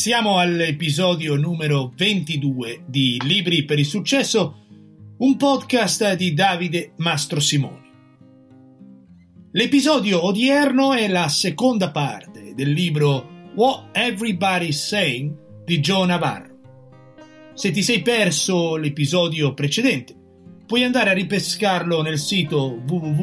Siamo all'episodio numero 22 di Libri per il Successo, un podcast di Davide Mastrosimoni. L'episodio odierno è la seconda parte del libro What Everybody's Saying di Joe Navarro. Se ti sei perso l'episodio precedente, puoi andare a ripescarlo nel sito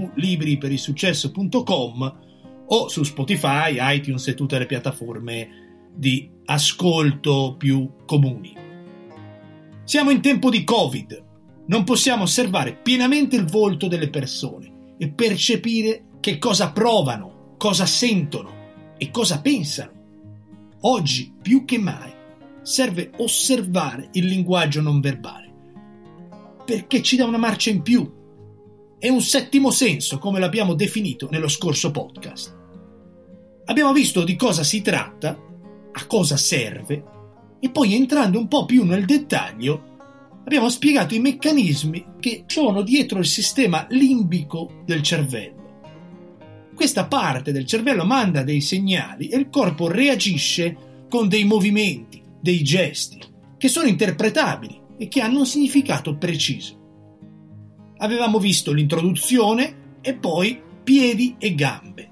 www.libriperilsuccesso.com o su Spotify, iTunes e tutte le piattaforme di ascolto più comuni. Siamo in tempo di Covid, non possiamo osservare pienamente il volto delle persone e percepire che cosa provano, cosa sentono e cosa pensano. Oggi, più che mai, serve osservare il linguaggio non verbale, perché ci dà una marcia in più. È un settimo senso, come l'abbiamo definito nello scorso podcast. Abbiamo visto di cosa si tratta, a cosa serve, e poi entrando un po' più nel dettaglio abbiamo spiegato i meccanismi che sono dietro il sistema limbico del cervello. Questa parte del cervello manda dei segnali e il corpo reagisce con dei movimenti, dei gesti che sono interpretabili e che hanno un significato preciso. Avevamo visto l'introduzione e poi piedi e gambe.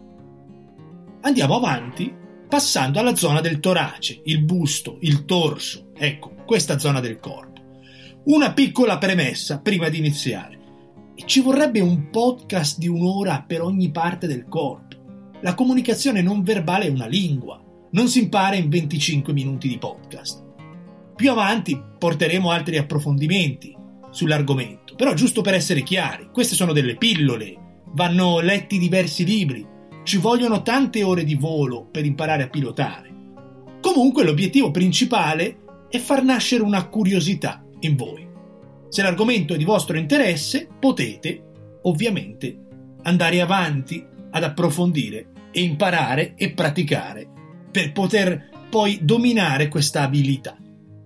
Andiamo avanti passando alla zona del torace, il busto, il torso, ecco, questa zona del corpo. Una piccola premessa prima di iniziare. Ci vorrebbe un podcast di un'ora per ogni parte del corpo. La comunicazione non verbale è una lingua, non si impara in 25 minuti di podcast. Più avanti porteremo altri approfondimenti sull'argomento, però giusto per essere chiari, queste sono delle pillole, vanno letti diversi libri. Ci vogliono tante ore di volo per imparare a pilotare. Comunque l'obiettivo principale è far nascere una curiosità in voi. Se l'argomento è di vostro interesse, potete, ovviamente, andare avanti ad approfondire e imparare e praticare per poter poi dominare questa abilità.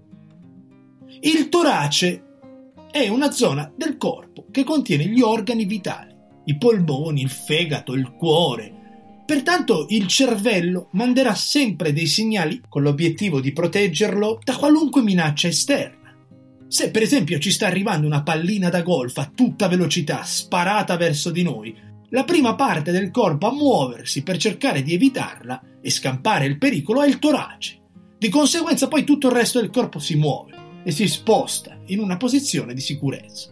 Il torace è una zona del corpo che contiene gli organi vitali, i polmoni, il fegato, il cuore. Pertanto il cervello manderà sempre dei segnali con l'obiettivo di proteggerlo da qualunque minaccia esterna. Se per esempio ci sta arrivando una pallina da golf a tutta velocità sparata verso di noi, la prima parte del corpo a muoversi per cercare di evitarla e scampare il pericolo è il torace. Di conseguenza poi tutto il resto del corpo si muove e si sposta in una posizione di sicurezza.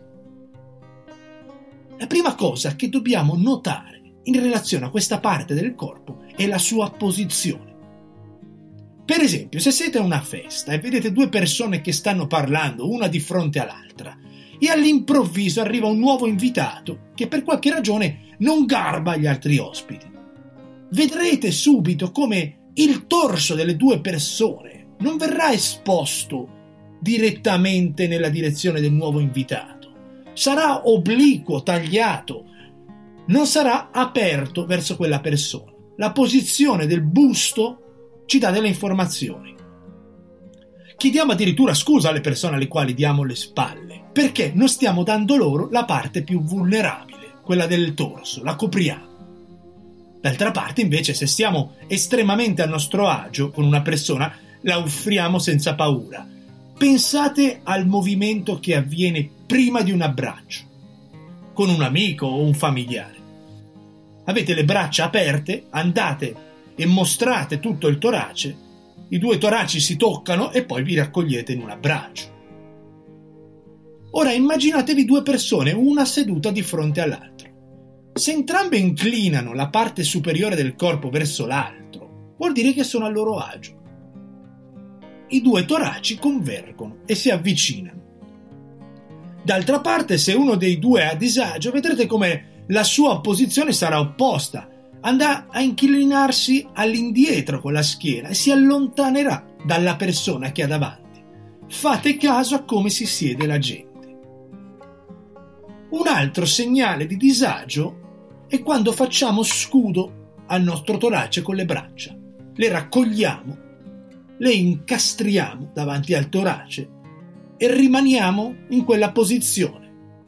La prima cosa che dobbiamo notare in relazione a questa parte del corpo è la sua posizione. Per esempio, se siete a una festa e vedete due persone che stanno parlando una di fronte all'altra e all'improvviso arriva un nuovo invitato che per qualche ragione non garba gli altri ospiti, vedrete subito come il torso delle due persone non verrà esposto direttamente nella direzione del nuovo invitato, sarà obliquo, tagliato, non sarà aperto verso quella persona. La posizione del busto ci dà delle informazioni. Chiediamo addirittura scusa alle persone alle quali diamo le spalle, perché non stiamo dando loro la parte più vulnerabile, quella del torso, la copriamo. D'altra parte, invece, se stiamo estremamente a nostro agio con una persona, la offriamo senza paura. Pensate al movimento che avviene prima di un abbraccio, con un amico o un familiare. Avete le braccia aperte, andate e mostrate tutto il torace, i due toraci si toccano e poi vi raccogliete in un abbraccio. Ora immaginatevi due persone, una seduta di fronte all'altra. Se entrambe inclinano la parte superiore del corpo verso l'altro, vuol dire che sono a loro agio. I due toraci convergono e si avvicinano. D'altra parte, se uno dei due è a disagio, vedrete come la sua posizione sarà opposta, andrà a inclinarsi all'indietro con la schiena e si allontanerà dalla persona che ha davanti. Fate caso a come si siede la gente. Un altro segnale di disagio è quando facciamo scudo al nostro torace con le braccia. Le raccogliamo, le incastriamo davanti al torace e rimaniamo in quella posizione.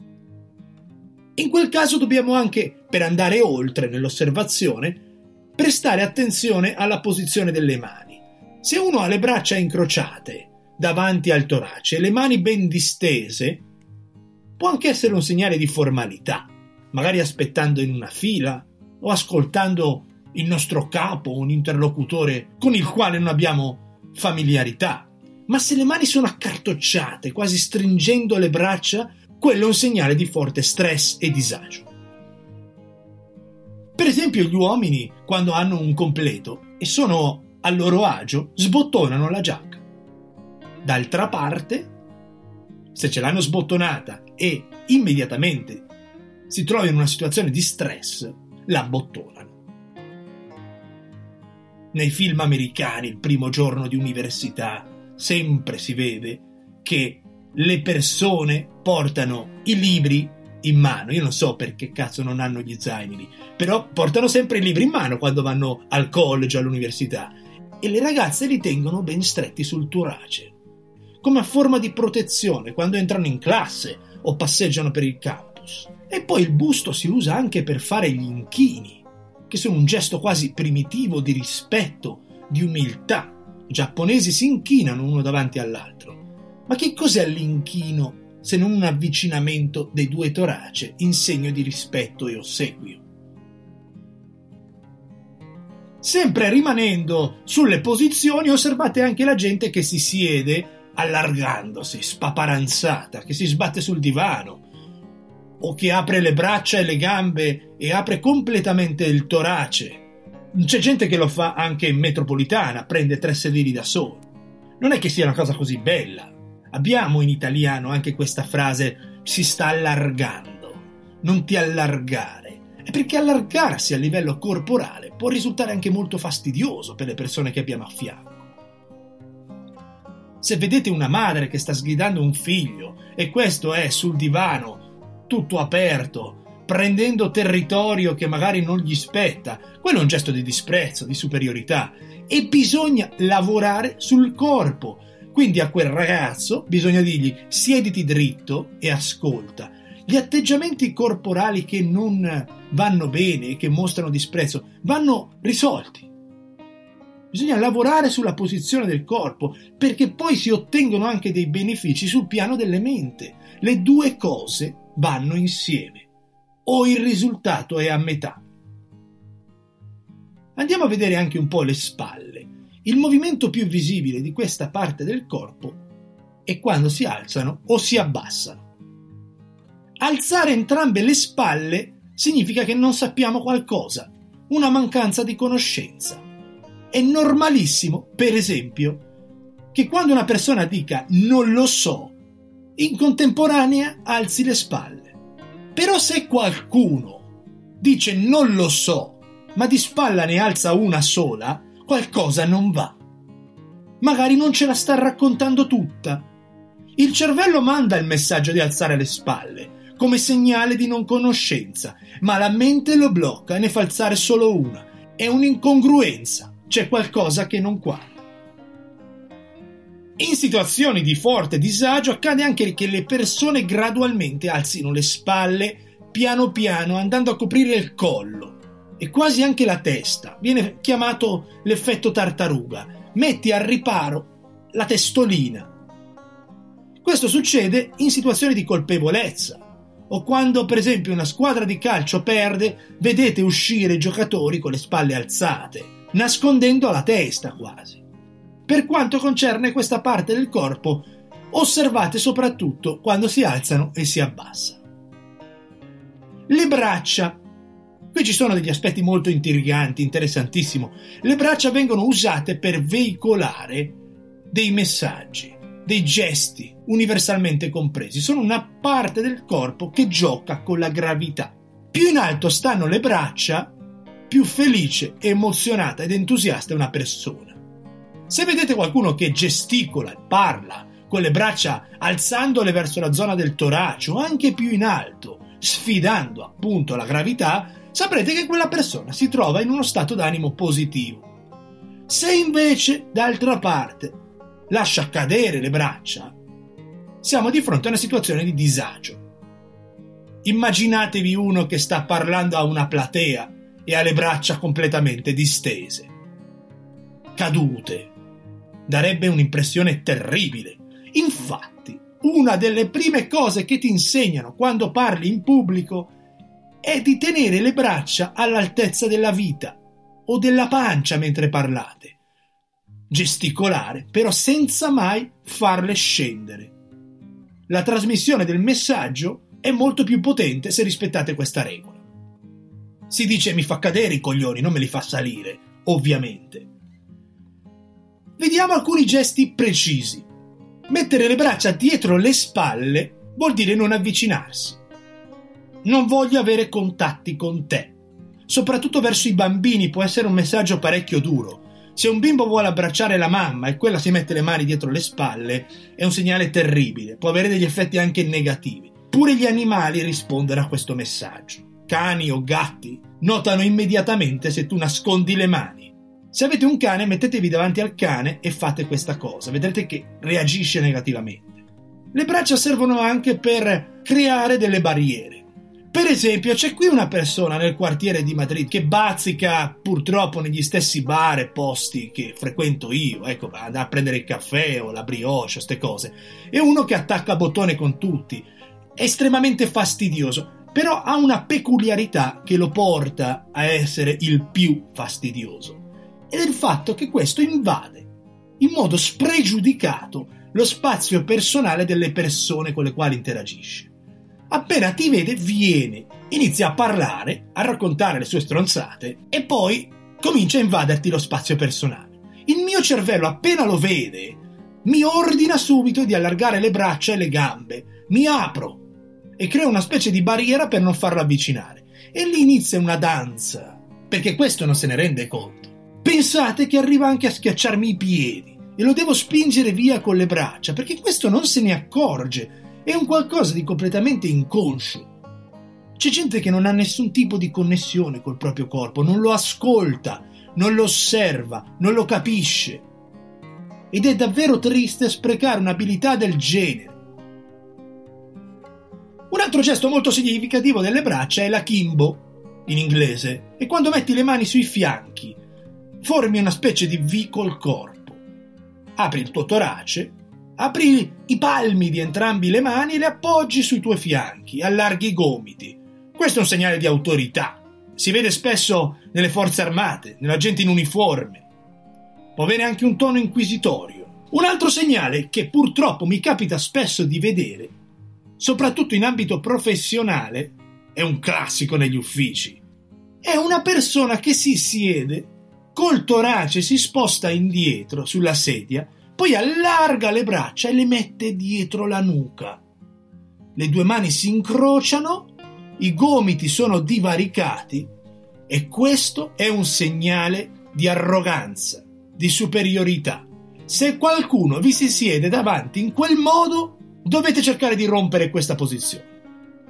In quel caso dobbiamo anche, per andare oltre nell'osservazione, prestare attenzione alla posizione delle mani. Se uno ha le braccia incrociate davanti al torace e le mani ben distese, può anche essere un segnale di formalità, magari aspettando in una fila o ascoltando il nostro capo, un interlocutore con il quale non abbiamo familiarità. Ma se le mani sono accartocciate, quasi stringendo le braccia, quello è un segnale di forte stress e disagio. Per esempio, gli uomini, quando hanno un completo e sono a loro agio, sbottonano la giacca. D'altra parte, se ce l'hanno sbottonata e immediatamente si trovano in una situazione di stress, la abbottonano. Nei film americani, il primo giorno di università, sempre si vede che le persone portano i libri in mano. Io non so perché cazzo non hanno gli zaini, però portano sempre i libri in mano quando vanno al college, all'università, e le ragazze li tengono ben stretti sul torace, come a forma di protezione quando entrano in classe o passeggiano per il campus. E poi il busto si usa anche per fare gli inchini, che sono un gesto quasi primitivo di rispetto, di umiltà. I giapponesi si inchinano uno davanti all'altro. Ma che cos'è l'inchino se non un avvicinamento dei due torace in segno di rispetto e ossequio? Sempre rimanendo sulle posizioni, osservate anche la gente che si siede allargandosi, spaparanzata, che si sbatte sul divano, o che apre le braccia e le gambe e apre completamente il torace. C'è gente che lo fa anche in metropolitana, prende 3 sedili da solo. Non è che sia una cosa così bella. Abbiamo in italiano anche questa frase: si sta allargando, non ti allargare. È perché allargarsi a livello corporale può risultare anche molto fastidioso per le persone che abbiamo a fianco. Se vedete una madre che sta sgridando un figlio e questo è sul divano, tutto aperto, prendendo territorio che magari non gli spetta, quello è un gesto di disprezzo, di superiorità, e bisogna lavorare sul corpo. Quindi a quel ragazzo bisogna dirgli: siediti dritto e ascolta. Gli atteggiamenti corporali che non vanno bene e che mostrano disprezzo vanno risolti. Bisogna lavorare sulla posizione del corpo, perché poi si ottengono anche dei benefici sul piano delle mente. Le due cose vanno insieme, o il risultato è a metà. Andiamo a vedere anche un po' le spalle. Il movimento più visibile di questa parte del corpo è quando si alzano o si abbassano. Alzare entrambe le spalle significa che non sappiamo qualcosa, una mancanza di conoscenza. È normalissimo, per esempio, che quando una persona dica non lo so, in contemporanea alzi le spalle. Però se qualcuno dice non lo so, ma di spalla ne alza una sola, qualcosa non va. Magari non ce la sta raccontando tutta. Il cervello manda il messaggio di alzare le spalle come segnale di non conoscenza, ma la mente lo blocca e ne fa alzare solo una. È un'incongruenza, c'è qualcosa che non quadra. In situazioni di forte disagio accade anche che le persone gradualmente alzino le spalle piano piano, andando a coprire il collo e quasi anche la testa. Viene chiamato l'effetto tartaruga. Metti al riparo la testolina. Questo succede in situazioni di colpevolezza, o quando per esempio una squadra di calcio perde, vedete uscire i giocatori con le spalle alzate, nascondendo la testa quasi. Per quanto concerne questa parte del corpo, osservate soprattutto quando si alzano e si abbassano. Le braccia. Qui ci sono degli aspetti molto intriganti, interessantissimo. Le braccia vengono usate per veicolare dei messaggi, dei gesti universalmente compresi. Sono una parte del corpo che gioca con la gravità. Più in alto stanno le braccia, più felice, emozionata ed entusiasta è una persona. Se vedete qualcuno che gesticola e parla con le braccia alzandole verso la zona del torace o anche più in alto, sfidando appunto la gravità, saprete che quella persona si trova in uno stato d'animo positivo. Se invece, d'altra parte, lascia cadere le braccia, siamo di fronte a una situazione di disagio. Immaginatevi uno che sta parlando a una platea e ha le braccia completamente distese, cadute, darebbe un'impressione terribile. Infatti, una delle prime cose che ti insegnano quando parli in pubblico è di tenere le braccia all'altezza della vita o della pancia mentre parlate. Gesticolare, però senza mai farle scendere. La trasmissione del messaggio è molto più potente se rispettate questa regola. Si dice mi fa cadere i coglioni, non me li fa salire, ovviamente. Vediamo alcuni gesti precisi. Mettere le braccia dietro le spalle vuol dire non avvicinarsi. Non voglio avere contatti con te. Soprattutto verso i bambini può essere un messaggio parecchio duro. Se un bimbo vuole abbracciare la mamma e quella si mette le mani dietro le spalle, è un segnale terribile, può avere degli effetti anche negativi. Pure gli animali rispondono a questo messaggio. Cani o gatti notano immediatamente se tu nascondi le mani. Se avete un cane, mettetevi davanti al cane e fate questa cosa, vedrete che reagisce negativamente. Le braccia servono anche per creare delle barriere. Per esempio, c'è qui una persona nel quartiere di Madrid che bazzica purtroppo negli stessi bar e posti che frequento io, ecco, andare a prendere il caffè o la brioche, queste cose. È uno che attacca bottone con tutti, è estremamente fastidioso, però ha una peculiarità che lo porta a essere il più fastidioso. Ed è il fatto che questo invade in modo spregiudicato lo spazio personale delle persone con le quali interagisce. Appena ti vede, viene, inizia a parlare, a raccontare le sue stronzate e poi comincia a invaderti lo spazio personale. Il mio cervello, appena lo vede, mi ordina subito di allargare le braccia e le gambe, mi apro e creo una specie di barriera per non farlo avvicinare. E lì inizia una danza, perché questo non se ne rende conto. Pensate che arriva anche a schiacciarmi i piedi e lo devo spingere via con le braccia, perché questo non se ne accorge. È un qualcosa di completamente inconscio. C'è gente che non ha nessun tipo di connessione col proprio corpo, non lo ascolta, non lo osserva, non lo capisce. Ed è davvero triste sprecare un'abilità del genere. Un altro gesto molto significativo delle braccia è l'akimbo, in inglese, e quando metti le mani sui fianchi, formi una specie di V col corpo. Apri il tuo torace, apri i palmi di entrambi le mani e le appoggi sui tuoi fianchi, allarghi i gomiti. Questo è un segnale di autorità. Si vede spesso nelle forze armate, nella gente in uniforme. Può avere anche un tono inquisitorio. Un altro segnale che purtroppo mi capita spesso di vedere, soprattutto in ambito professionale, è un classico negli uffici. È una persona che si siede, col torace si sposta indietro sulla sedia, poi allarga le braccia e le mette dietro la nuca. Le due mani si incrociano, i gomiti sono divaricati e questo è un segnale di arroganza, di superiorità. Se qualcuno vi si siede davanti in quel modo, dovete cercare di rompere questa posizione.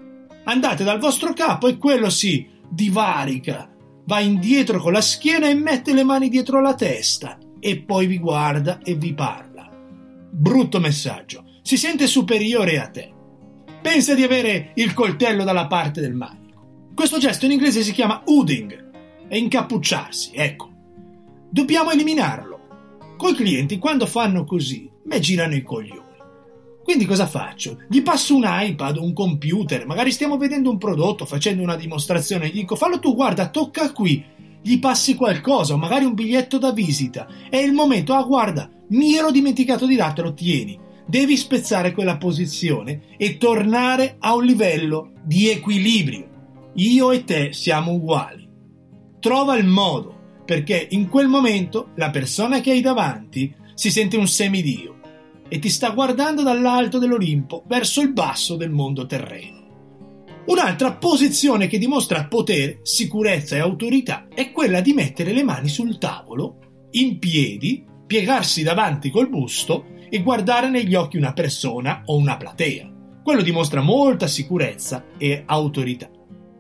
Andate dal vostro capo e quello si divarica, va indietro con la schiena e mette le mani dietro la testa. E poi vi guarda e vi parla. Brutto messaggio. Si sente superiore a te. Pensa di avere il coltello dalla parte del manico. Questo gesto in inglese si chiama hooding. È incappucciarsi, ecco. Dobbiamo eliminarlo. Coi clienti, quando fanno così, me girano i coglioni. Quindi cosa faccio? Gli passo un iPad, un computer, magari stiamo vedendo un prodotto, facendo una dimostrazione, gli dico fallo tu, guarda, tocca qui. Gli passi qualcosa o magari un biglietto da visita. È il momento, guarda, mi ero dimenticato di dartelo, tieni. Devi spezzare quella posizione e tornare a un livello di equilibrio. Io e te siamo uguali. Trova il modo, perché in quel momento la persona che hai davanti si sente un semidio e ti sta guardando dall'alto dell'Olimpo verso il basso del mondo terreno. Un'altra posizione che dimostra potere, sicurezza e autorità è quella di mettere le mani sul tavolo, in piedi, piegarsi davanti col busto e guardare negli occhi una persona o una platea. Quello dimostra molta sicurezza e autorità.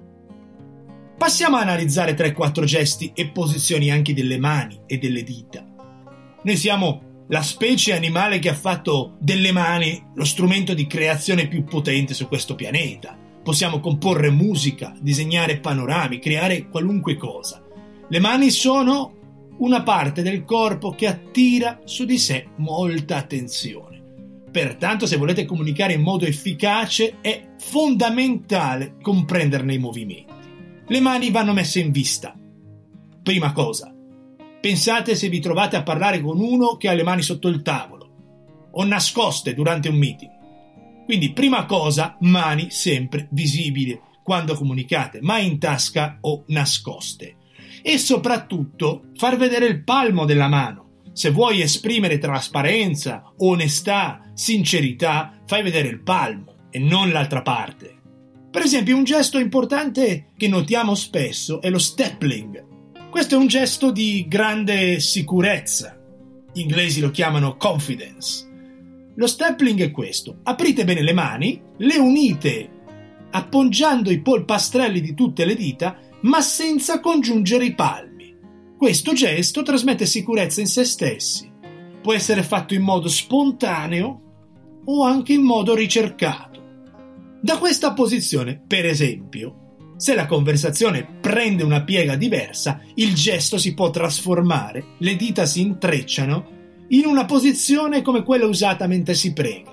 Passiamo a analizzare 3-4 gesti e posizioni anche delle mani e delle dita. Noi siamo la specie animale che ha fatto delle mani lo strumento di creazione più potente su questo pianeta. Possiamo comporre musica, disegnare panorami, creare qualunque cosa. Le mani sono una parte del corpo che attira su di sé molta attenzione. Pertanto, se volete comunicare in modo efficace, è fondamentale comprenderne i movimenti. Le mani vanno messe in vista. Prima cosa, pensate se vi trovate a parlare con uno che ha le mani sotto il tavolo o nascoste durante un meeting. Quindi, prima cosa, mani sempre visibili quando comunicate, mai in tasca o nascoste. E soprattutto far vedere il palmo della mano. Se vuoi esprimere trasparenza, onestà, sincerità, fai vedere il palmo e non l'altra parte. Per esempio, un gesto importante che notiamo spesso è lo stapling. Questo è un gesto di grande sicurezza. Gli inglesi lo chiamano confidence. Lo stapling è questo: aprite bene le mani, le unite appoggiando i polpastrelli di tutte le dita, ma senza congiungere i palmi. Questo gesto trasmette sicurezza in se stessi. Può essere fatto in modo spontaneo o anche in modo ricercato. Da questa posizione, per esempio, se la conversazione prende una piega diversa, il gesto si può trasformare, le dita si intrecciano in una posizione come quella usata mentre si prega.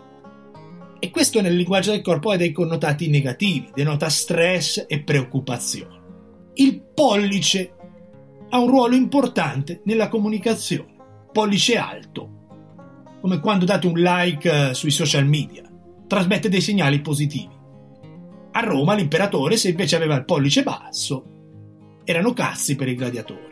E questo nel linguaggio del corpo ha dei connotati negativi, denota stress e preoccupazione. Il pollice ha un ruolo importante nella comunicazione. Pollice alto, come quando date un like sui social media, trasmette dei segnali positivi. A Roma l'imperatore, se invece aveva il pollice basso, erano cazzi per i gladiatori.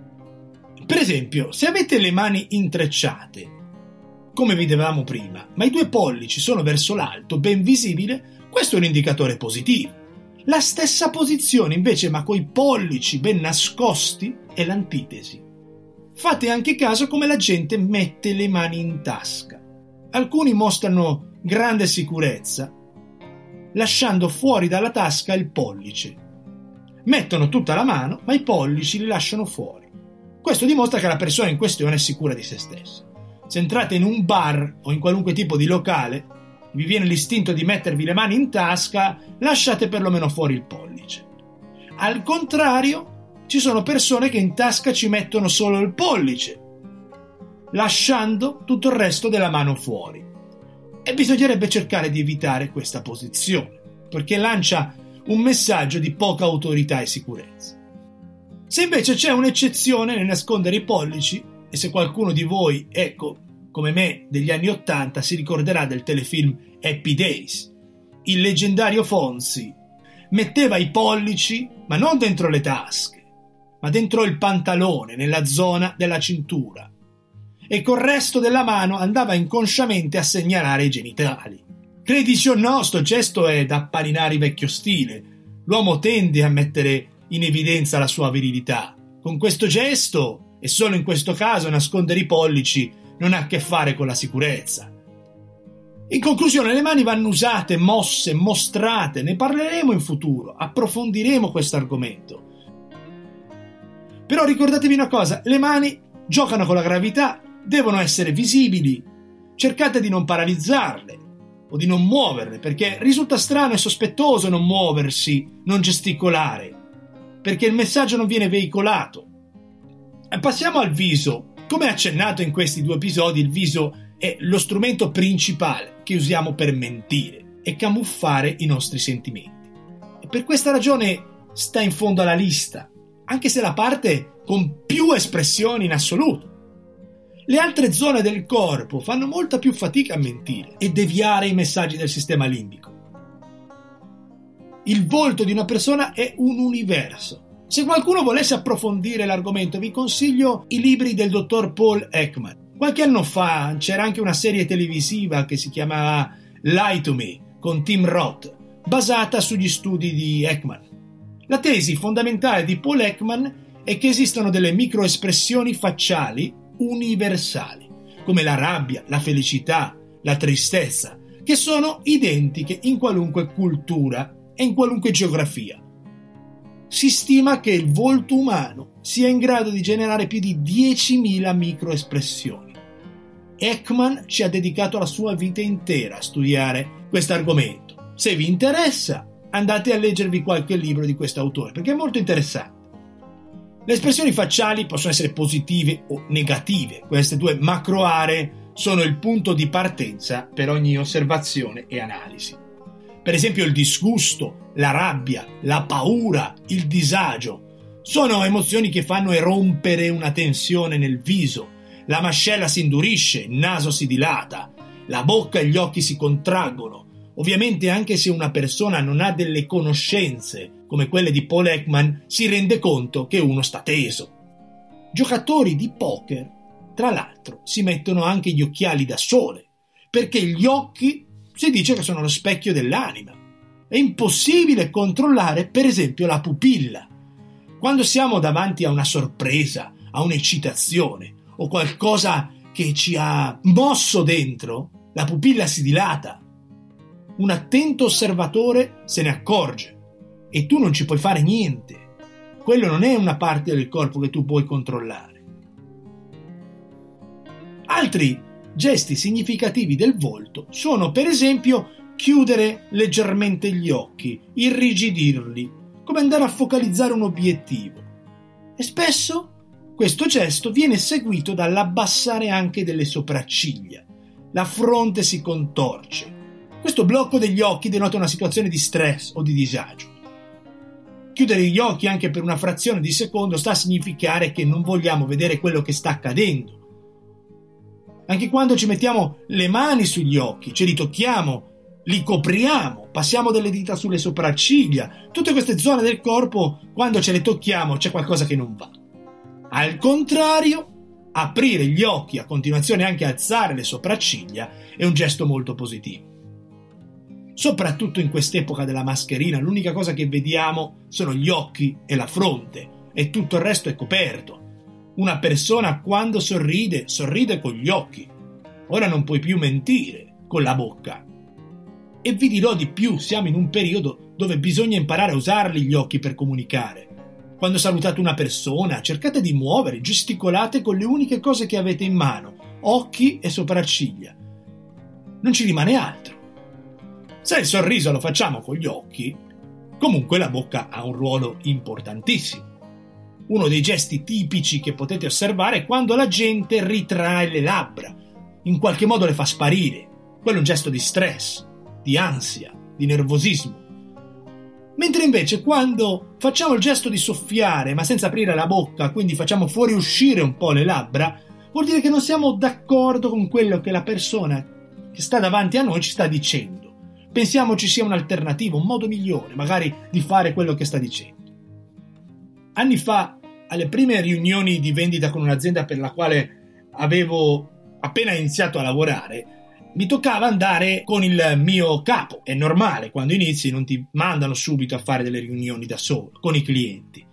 Per esempio, se avete le mani intrecciate, come vedevamo prima, ma i due pollici sono verso l'alto, ben visibile, questo è un indicatore positivo. La stessa posizione invece, ma coi pollici ben nascosti, è l'antitesi. Fate anche caso come la gente mette le mani in tasca. Alcuni mostrano grande sicurezza, lasciando fuori dalla tasca il pollice. Mettono tutta la mano, ma i pollici li lasciano fuori. Questo dimostra che la persona in questione è sicura di se stessa. Se entrate in un bar o in qualunque tipo di locale, vi viene l'istinto di mettervi le mani in tasca, lasciate perlomeno fuori il pollice. Al contrario, ci sono persone che in tasca ci mettono solo il pollice, lasciando tutto il resto della mano fuori. E bisognerebbe cercare di evitare questa posizione, perché lancia un messaggio di poca autorità e sicurezza. Se invece c'è un'eccezione nel nascondere i pollici, e se qualcuno di voi, come me, degli anni '80, si ricorderà del telefilm Happy Days, il leggendario Fonzi metteva i pollici, ma non dentro le tasche, ma dentro il pantalone, nella zona della cintura, e col resto della mano andava inconsciamente a segnalare i genitali. Credici o no, sto gesto è da Paninari vecchio stile. L'uomo tende a mettere in evidenza la sua virilità. Con questo gesto, e solo in questo caso, nascondere i pollici non ha a che fare con la sicurezza. In conclusione, le mani vanno usate, mosse, mostrate. Ne parleremo in futuro, approfondiremo questo argomento. Però ricordatevi una cosa: le mani giocano con la gravità, devono essere visibili. Cercate di non paralizzarle o di non muoverle, perché risulta strano e sospettoso non muoversi, non gesticolare, perché il messaggio non viene veicolato. E passiamo al viso. Come accennato in questi due episodi, il viso è lo strumento principale che usiamo per mentire e camuffare i nostri sentimenti. E per questa ragione sta in fondo alla lista, anche se la parte con più espressioni in assoluto. Le altre zone del corpo fanno molta più fatica a mentire e deviare i messaggi del sistema limbico. Il volto di una persona è un universo. Se qualcuno volesse approfondire l'argomento, vi consiglio i libri del dottor Paul Ekman. Qualche anno fa c'era anche una serie televisiva che si chiamava Lie to Me con Tim Roth, basata sugli studi di Ekman. La tesi fondamentale di Paul Ekman è che esistono delle microespressioni facciali universali, come la rabbia, la felicità, la tristezza, che sono identiche in qualunque cultura e in qualunque geografia. Si stima che il volto umano sia in grado di generare più di 10.000 microespressioni. Ekman ci ha dedicato la sua vita intera a studiare questo argomento. Se vi interessa, andate a leggervi qualche libro di questo autore, perché è molto interessante. Le espressioni facciali possono essere positive o negative. Queste due macro aree sono il punto di partenza per ogni osservazione e analisi. Per esempio il disgusto, la rabbia, la paura, il disagio sono emozioni che fanno erompere una tensione nel viso. La mascella si indurisce, il naso si dilata, la bocca e gli occhi si contraggono. Ovviamente anche se una persona non ha delle conoscenze come quelle di Paul Ekman, si rende conto che uno sta teso. Giocatori di poker, tra l'altro, si mettono anche gli occhiali da sole, perché gli occhi si dice che sono lo specchio dell'anima. È impossibile controllare, per esempio, la pupilla. Quando siamo davanti a una sorpresa, a un'eccitazione o qualcosa che ci ha mosso dentro, la pupilla si dilata. Un attento osservatore se ne accorge e tu non ci puoi fare niente. Quello non è una parte del corpo che tu puoi controllare. Altri gesti significativi del volto sono, per esempio, chiudere leggermente gli occhi, irrigidirli, come andare a focalizzare un obiettivo. E spesso questo gesto viene seguito dall'abbassare anche delle sopracciglia. La fronte si contorce. Questo blocco degli occhi denota una situazione di stress o di disagio. Chiudere gli occhi anche per una frazione di secondo sta a significare che non vogliamo vedere quello che sta accadendo. Anche quando ci mettiamo le mani sugli occhi, ce li tocchiamo, li copriamo, passiamo delle dita sulle sopracciglia, tutte queste zone del corpo, quando ce le tocchiamo c'è qualcosa che non va. Al contrario, aprire gli occhi, a continuazione anche alzare le sopracciglia, è un gesto molto positivo. Soprattutto in quest'epoca della mascherina, l'unica cosa che vediamo sono gli occhi e la fronte, e tutto il resto è coperto. Una persona quando sorride, sorride con gli occhi. Ora non puoi più mentire con la bocca. E vi dirò di più, siamo in un periodo dove bisogna imparare a usarli gli occhi per comunicare. Quando salutate una persona, cercate di muovere, gesticolate con le uniche cose che avete in mano, occhi e sopracciglia. Non ci rimane altro. Se il sorriso lo facciamo con gli occhi, comunque la bocca ha un ruolo importantissimo. Uno dei gesti tipici che potete osservare è quando la gente ritrae le labbra, in qualche modo le fa sparire. Quello è un gesto di stress, di ansia, di nervosismo. Mentre invece quando facciamo il gesto di soffiare ma senza aprire la bocca, quindi facciamo fuoriuscire un po' le labbra, vuol dire che non siamo d'accordo con quello che la persona che sta davanti a noi ci sta dicendo. Pensiamo ci sia un'alternativa, un modo migliore, magari, di fare quello che sta dicendo. Anni fa, alle prime riunioni di vendita con un'azienda per la quale avevo appena iniziato a lavorare, mi toccava andare con il mio capo. È normale, quando inizi non ti mandano subito a fare delle riunioni da solo, con i clienti.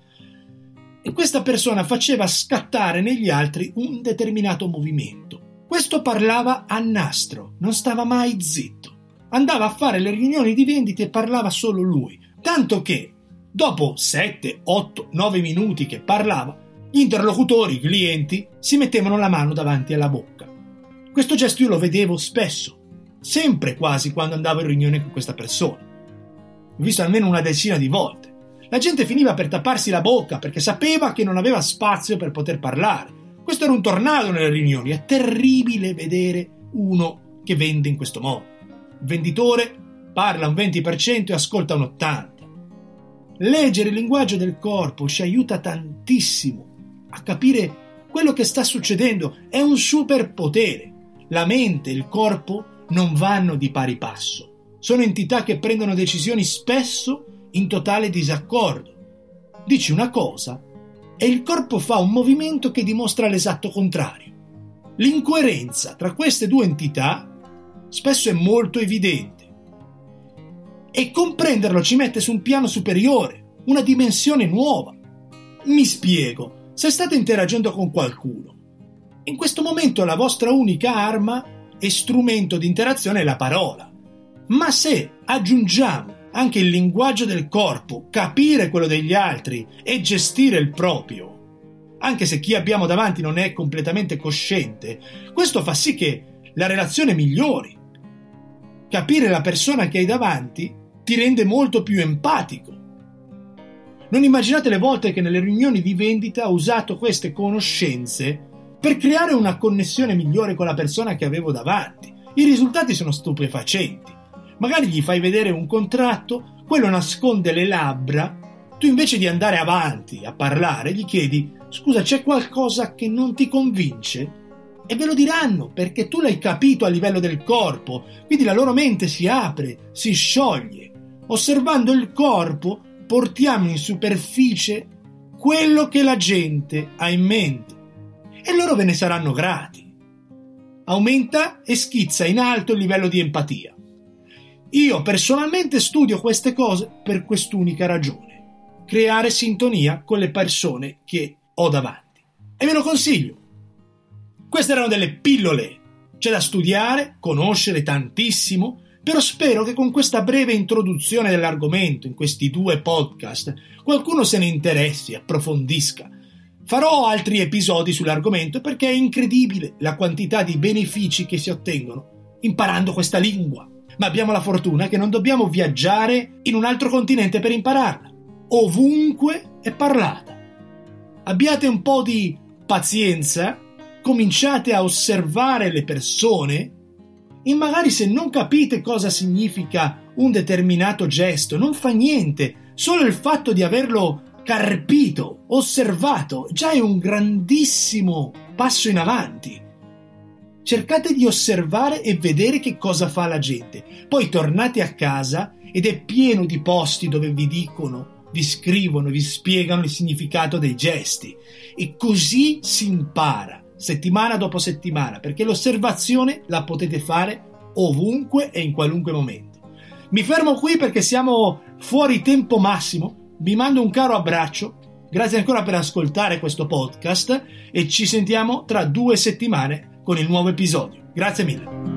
E questa persona faceva scattare negli altri un determinato movimento. Questo parlava a nastro, non stava mai zitto. Andava a fare le riunioni di vendita e parlava solo lui, tanto che dopo 7, 8, 9 minuti che parlava, gli interlocutori, i clienti, si mettevano la mano davanti alla bocca. Questo gesto io lo vedevo spesso, sempre quasi quando andavo in riunione con questa persona. L'ho visto almeno una decina di volte. La gente finiva per tapparsi la bocca perché sapeva che non aveva spazio per poter parlare. Questo era un tornado nelle riunioni, è terribile vedere uno che vende in questo modo. Il venditore parla un 20% e ascolta un 80%. Leggere il linguaggio del corpo ci aiuta tantissimo a capire quello che sta succedendo. È un superpotere. La mente e il corpo non vanno di pari passo. Sono entità che prendono decisioni spesso in totale disaccordo. Dici una cosa e il corpo fa un movimento che dimostra l'esatto contrario. L'incoerenza tra queste due entità spesso è molto evidente e comprenderlo ci mette su un piano superiore, una dimensione nuova. Mi spiego, se state interagendo con qualcuno, in questo momento la vostra unica arma e strumento di interazione è la parola, ma se aggiungiamo anche il linguaggio del corpo, capire quello degli altri e gestire il proprio, anche se chi abbiamo davanti non è completamente cosciente, questo fa sì che la relazione migliori. Capire la persona che hai davanti ti rende molto più empatico. Non immaginate le volte che nelle riunioni di vendita ho usato queste conoscenze per creare una connessione migliore con la persona che avevo davanti. I risultati sono stupefacenti. Magari gli fai vedere un contratto, quello nasconde le labbra, tu invece di andare avanti a parlare gli chiedi: scusa, c'è qualcosa che non ti convince? E ve lo diranno, perché tu l'hai capito a livello del corpo, quindi la loro mente si apre, si scioglie. Osservando il corpo portiamo in superficie quello che la gente ha in mente e loro ve ne saranno grati. Aumenta e schizza in alto il livello di empatia. Io personalmente studio queste cose per quest'unica ragione: creare sintonia con le persone che ho davanti. E ve lo consiglio. Queste erano delle pillole. C'è da studiare, conoscere tantissimo, però spero che con questa breve introduzione dell'argomento in questi 2 podcast qualcuno se ne interessi, approfondisca. Farò altri episodi sull'argomento perché è incredibile la quantità di benefici che si ottengono imparando questa lingua. Ma abbiamo la fortuna che non dobbiamo viaggiare in un altro continente per impararla. Ovunque è parlata. Abbiate un po' di pazienza, cominciate a osservare le persone e magari se non capite cosa significa un determinato gesto, non fa niente, solo il fatto di averlo carpito, osservato, già è un grandissimo passo in avanti. Cercate di osservare e vedere che cosa fa la gente. Poi tornate a casa ed è pieno di posti dove vi dicono, vi scrivono, vi spiegano il significato dei gesti. E così si impara, settimana dopo settimana, perché l'osservazione la potete fare ovunque e in qualunque momento. Mi fermo qui perché siamo fuori tempo massimo. Vi mando un caro abbraccio. Grazie ancora per ascoltare questo podcast e ci sentiamo tra 2 settimane con il nuovo episodio. Grazie mille.